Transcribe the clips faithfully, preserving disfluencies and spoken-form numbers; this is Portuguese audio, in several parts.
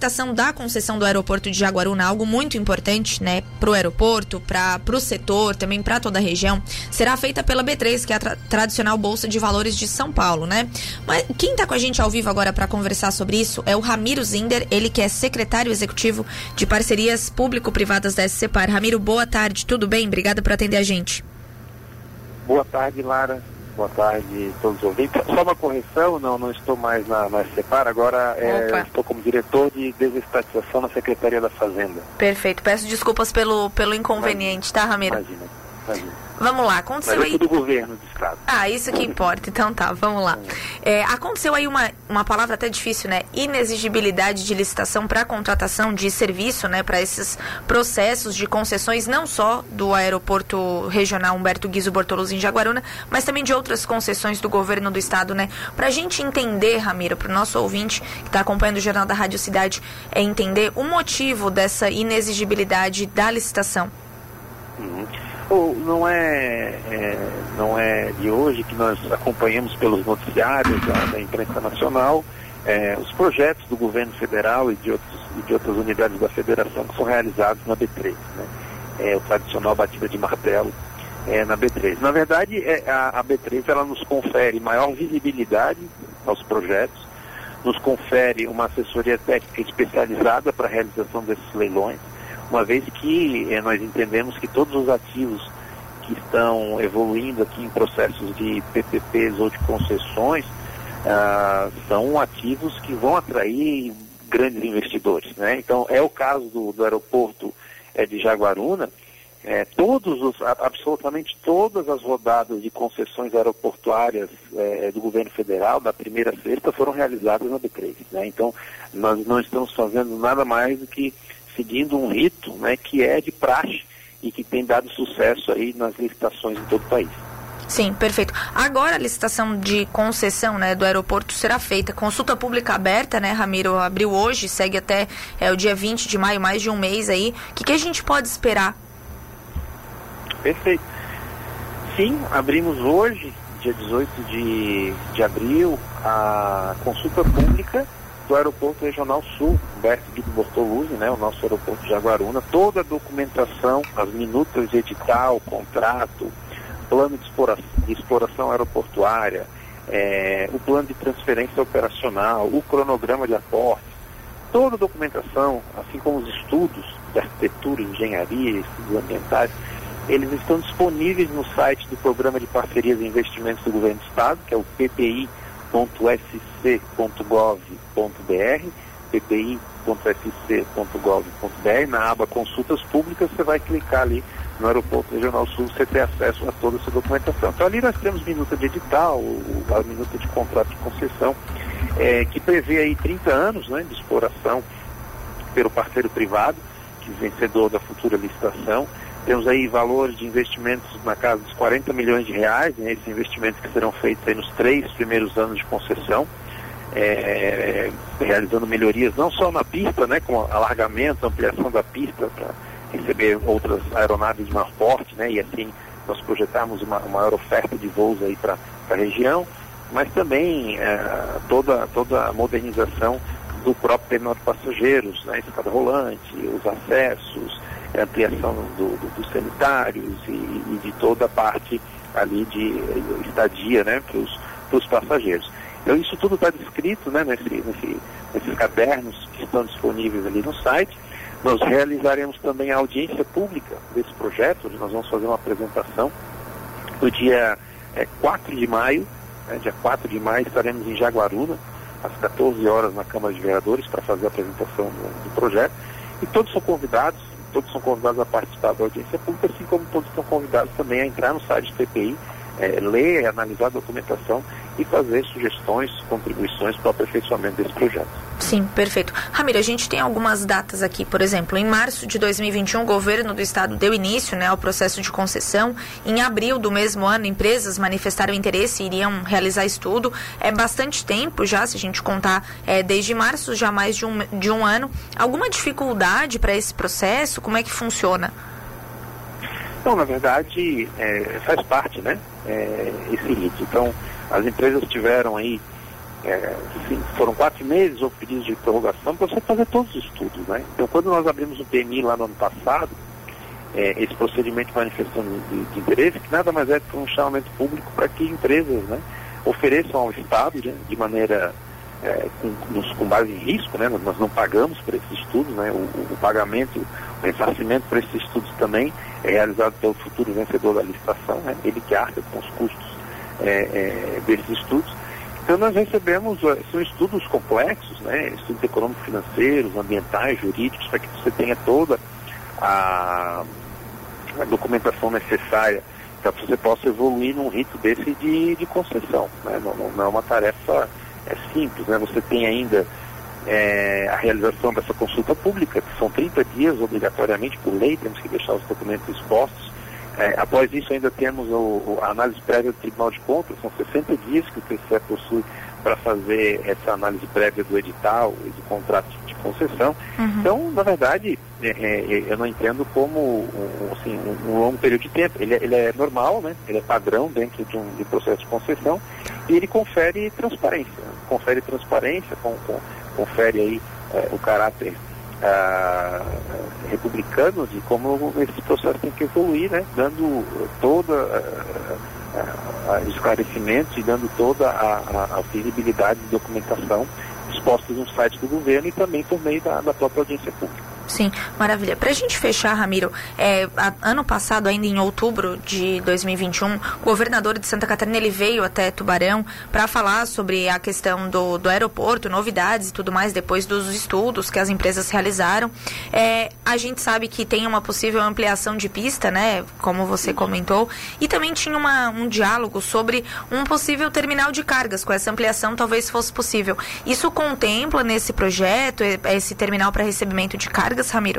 licitação da concessão do aeroporto de Jaguaruna, algo muito importante, né, para o aeroporto, para o setor, também para toda a região, será feita pela B três, que é a tra- tradicional Bolsa de Valores de São Paulo, né? Mas quem está com a gente ao vivo agora para conversar sobre isso é o Ramiro Zinder, ele que é secretário executivo de parcerias público-privadas da SCPar. Ramiro, boa tarde, tudo bem? Obrigada por atender a gente. Boa tarde, Lara. Boa tarde a todos os ouvintes. Só uma correção, não, não estou mais na, na SCPar, agora é, eu estou como diretor de desestatização na Secretaria da Fazenda. Perfeito, peço desculpas pelo, pelo inconveniente, imagina, tá, Ramiro? Imagina, imagina. Vamos lá, aconteceu Mas é aí... tudo governo do Estado. Ah, isso que importa, então tá, vamos lá. É, aconteceu aí uma, uma palavra até difícil, né? Inexigibilidade de licitação para contratação de serviço, né? Para esses processos de concessões, não só do aeroporto regional Humberto Guizzo Bortoluzzi em Jaguaruna, mas também de outras concessões do governo do Estado, né? Pra gente entender, Ramiro, pro nosso ouvinte que está acompanhando o Jornal da Rádio Cidade, é entender o motivo dessa inexigibilidade da licitação. Uhum. Oh, não, é, é, não é de hoje que nós acompanhamos pelos noticiários da, da imprensa nacional é, os projetos do governo federal e de, outros, e de outras unidades da federação que são realizados na B três, né? É, o tradicional batida de martelo é, na B três. Na verdade, é, a, a B três ela nos confere maior visibilidade aos projetos, nos confere uma assessoria técnica especializada para a realização desses leilões, uma vez que eh, nós entendemos que todos os ativos que estão evoluindo aqui em processos de P P Ps ou de concessões ah, são ativos que vão atrair grandes investidores, né? Então, é o caso do, do aeroporto eh, de Jaguaruna. Eh, todos os, absolutamente todas as rodadas de concessões aeroportuárias eh, do governo federal, da primeira a sexta, foram realizadas na B três, né? Então, nós não estamos fazendo nada mais do que seguindo um rito, né, que é de praxe e que tem dado sucesso aí nas licitações em todo o país. Sim, perfeito. Agora a licitação de concessão, né, do aeroporto será feita. Consulta pública aberta, né, Ramiro, abriu hoje, segue até é, o dia vinte de maio, mais de um mês aí. O que, que a gente pode esperar? Perfeito. Sim, abrimos hoje, dia dezoito de, de abril, a consulta pública do Aeroporto Regional Sul, Humberto Guizzo Bortoluzzi, né, o nosso aeroporto de Jaguaruna. Toda a documentação, as minutas de edital, contrato, plano de exploração, de exploração aeroportuária, é, o plano de transferência operacional, o cronograma de aporte, toda a documentação, assim como os estudos de arquitetura, engenharia, estudos ambientais, eles estão disponíveis no site do Programa de Parcerias e Investimentos do Governo do Estado, que é o p p i ponto s c ponto gov ponto b r, p p i ponto s c ponto gov ponto b r. Na aba Consultas Públicas, você vai clicar ali no Aeroporto Regional Sul, você tem acesso a toda essa documentação. Então, ali nós temos minuta de edital, a minuta de contrato de concessão, é, que prevê aí trinta anos, né, de exploração pelo parceiro privado, que é vencedor da futura licitação. Temos aí valores de investimentos na casa dos quarenta milhões de reais, né, esses investimentos que serão feitos aí nos três primeiros anos de concessão, é, realizando melhorias não só na pista, né, com alargamento, ampliação da pista para receber outras aeronaves de maior porte, né, e assim nós projetarmos uma, uma maior oferta de voos aí para a região, mas também é, toda, toda a modernização do próprio terminal de passageiros, né, escada rolante, os acessos, a ampliação do, do, dos sanitários e, e de toda a parte ali de estadia, né, para os passageiros. Então isso tudo está descrito, né, nesse, nesse, nesses cadernos que estão disponíveis ali no site. Nós realizaremos também a audiência pública desse projeto, onde nós vamos fazer uma apresentação no dia é, quatro de maio, né, dia quatro de maio estaremos em Jaguaruna, às quatorze horas na Câmara de Vereadores, para fazer a apresentação do, do projeto, e todos são convidados, todos são convidados a participar da audiência pública, assim como todos são convidados também a entrar no site do P P I, é, ler, analisar a documentação e fazer sugestões, contribuições para o aperfeiçoamento desse projeto. Sim, perfeito. Ramiro, a gente tem algumas datas aqui, por exemplo, em março de dois mil e vinte e um, o governo do estado deu início, né, ao processo de concessão. Em abril do mesmo ano, empresas manifestaram interesse e iriam realizar estudo. É bastante tempo já, se a gente contar é, desde março, já mais de um, de um ano. Alguma dificuldade para esse processo? Como é que funciona? Não, na verdade, é, faz parte, né, é, esse rito. Então, as empresas tiveram aí é, sim, foram quatro meses ou pedidos de prorrogação para você fazer todos os estudos, né? Então, quando nós abrimos o P M I lá no ano passado, é, esse procedimento de manifestação de, de interesse, que nada mais é do que um chamamento público para que empresas, né, ofereçam ao Estado, né, de maneira é, com, nos, com base em risco, né? Nós não pagamos por esses estudos, né? O, o, o pagamento, o ressarcimento por esses estudos também é realizado pelo futuro vencedor da licitação, né? Ele que arca com os custos é, é, desses estudos. Então nós recebemos, são estudos complexos, né? Estudos econômico-financeiros, ambientais, jurídicos, para que você tenha toda a, a documentação necessária para que você possa evoluir num rito desse de, de concessão, né? Não, não, não é uma tarefa é simples, né? Você tem ainda é, a realização dessa consulta pública, que são trinta dias obrigatoriamente por lei, temos que deixar os documentos expostos. É, após isso ainda temos o, o, a análise prévia do Tribunal de Contas, são sessenta dias que o T C E possui para fazer essa análise prévia do edital e do contrato de concessão. Uhum. Então, na verdade, é, é, eu não entendo como um, assim, um, um longo período de tempo. Ele, ele é normal, né? Ele é padrão dentro de um de processo de concessão e ele confere transparência. Confere transparência, com, com, confere aí é, o caráter Uh, republicano de como esse processo tem que evoluir, né? Dando toda uh, uh, uh, esclarecimentos e dando toda a, a, a visibilidade de documentação expostas no site do governo e também por meio da, da própria audiência pública. Sim, maravilha. Para a gente fechar, Ramiro, é, a, ano passado, ainda em outubro de dois mil e vinte e um, o governador de Santa Catarina ele veio até Tubarão para falar sobre a questão do, do aeroporto, novidades e tudo mais, depois dos estudos que as empresas realizaram. É, a gente sabe que tem uma possível ampliação de pista, né, como você comentou, e também tinha uma, um diálogo sobre um possível terminal de cargas, com essa ampliação talvez fosse possível. Isso contempla nesse projeto, esse terminal para recebimento de cargas, Ramiro?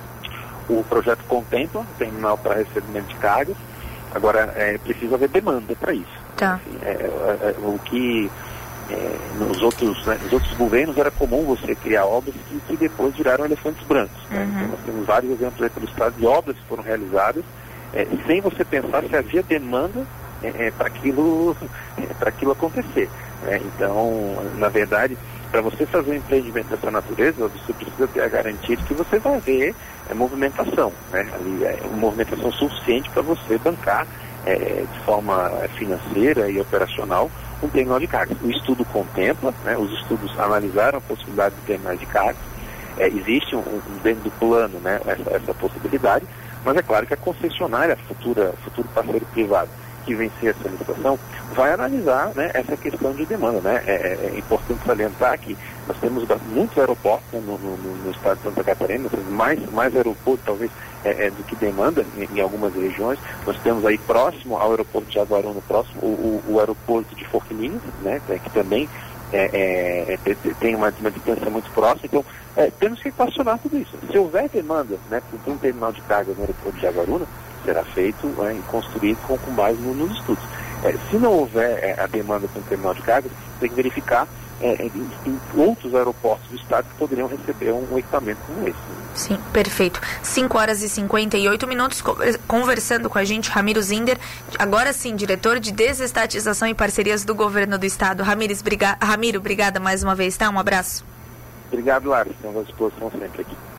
O projeto contempla um terminal para recebimento de cargas, agora é preciso haver demanda para isso. Tá. Assim, é, é, é, o que é, nos, outros, né, nos outros governos era comum você criar obras que, que depois viraram elefantes brancos. Né? Uhum. Então nós temos vários exemplos aí pelo estado de obras que foram realizadas é, sem você pensar se havia demanda é, é, para aquilo, é, para aquilo acontecer. Né? Então, na verdade, para você fazer um empreendimento dessa natureza, você precisa ter a garantia de que você vai ver é, movimentação, né? Ali, é uma movimentação suficiente para você bancar é, de forma financeira e operacional um terminal de cargas. O estudo contempla, né? Os estudos analisaram a possibilidade de terminais de cargas, é, existe um, um, dentro do plano, né, essa, essa possibilidade, mas é claro que a concessionária, a futura, futuro parceiro privado que vencer essa licitação, vai analisar, né, essa questão de demanda. Né? É, é importante salientar que nós temos muitos aeroportos, né, no, no, no estado de Santa Catarina, mais, mais aeroporto talvez é, é, do que demanda em, em algumas regiões. Nós temos aí próximo ao aeroporto de Jaguaruna, próximo o, o, o aeroporto de Forquilinhas, né, que também é, é, tem uma, uma distância muito próxima. Então, é, temos que equacionar tudo isso. Se houver demanda, né, por um terminal de carga no aeroporto de Jaguaruna, será feito, né, e construído com, com base no, nos estudos. É, se não houver é, a demanda para um terminal de cargas, tem que verificar é, em, em outros aeroportos do estado que poderiam receber um, um equipamento como esse. Sim, perfeito. cinco horas e cinquenta e oito minutos, conversando com a gente, Ramiro Zinder, agora sim, diretor de desestatização e parcerias do governo do estado. Ramires, briga... Ramiro, obrigada mais uma vez, tá? Um abraço. Obrigado, Lara. Estamos à disposição sempre aqui.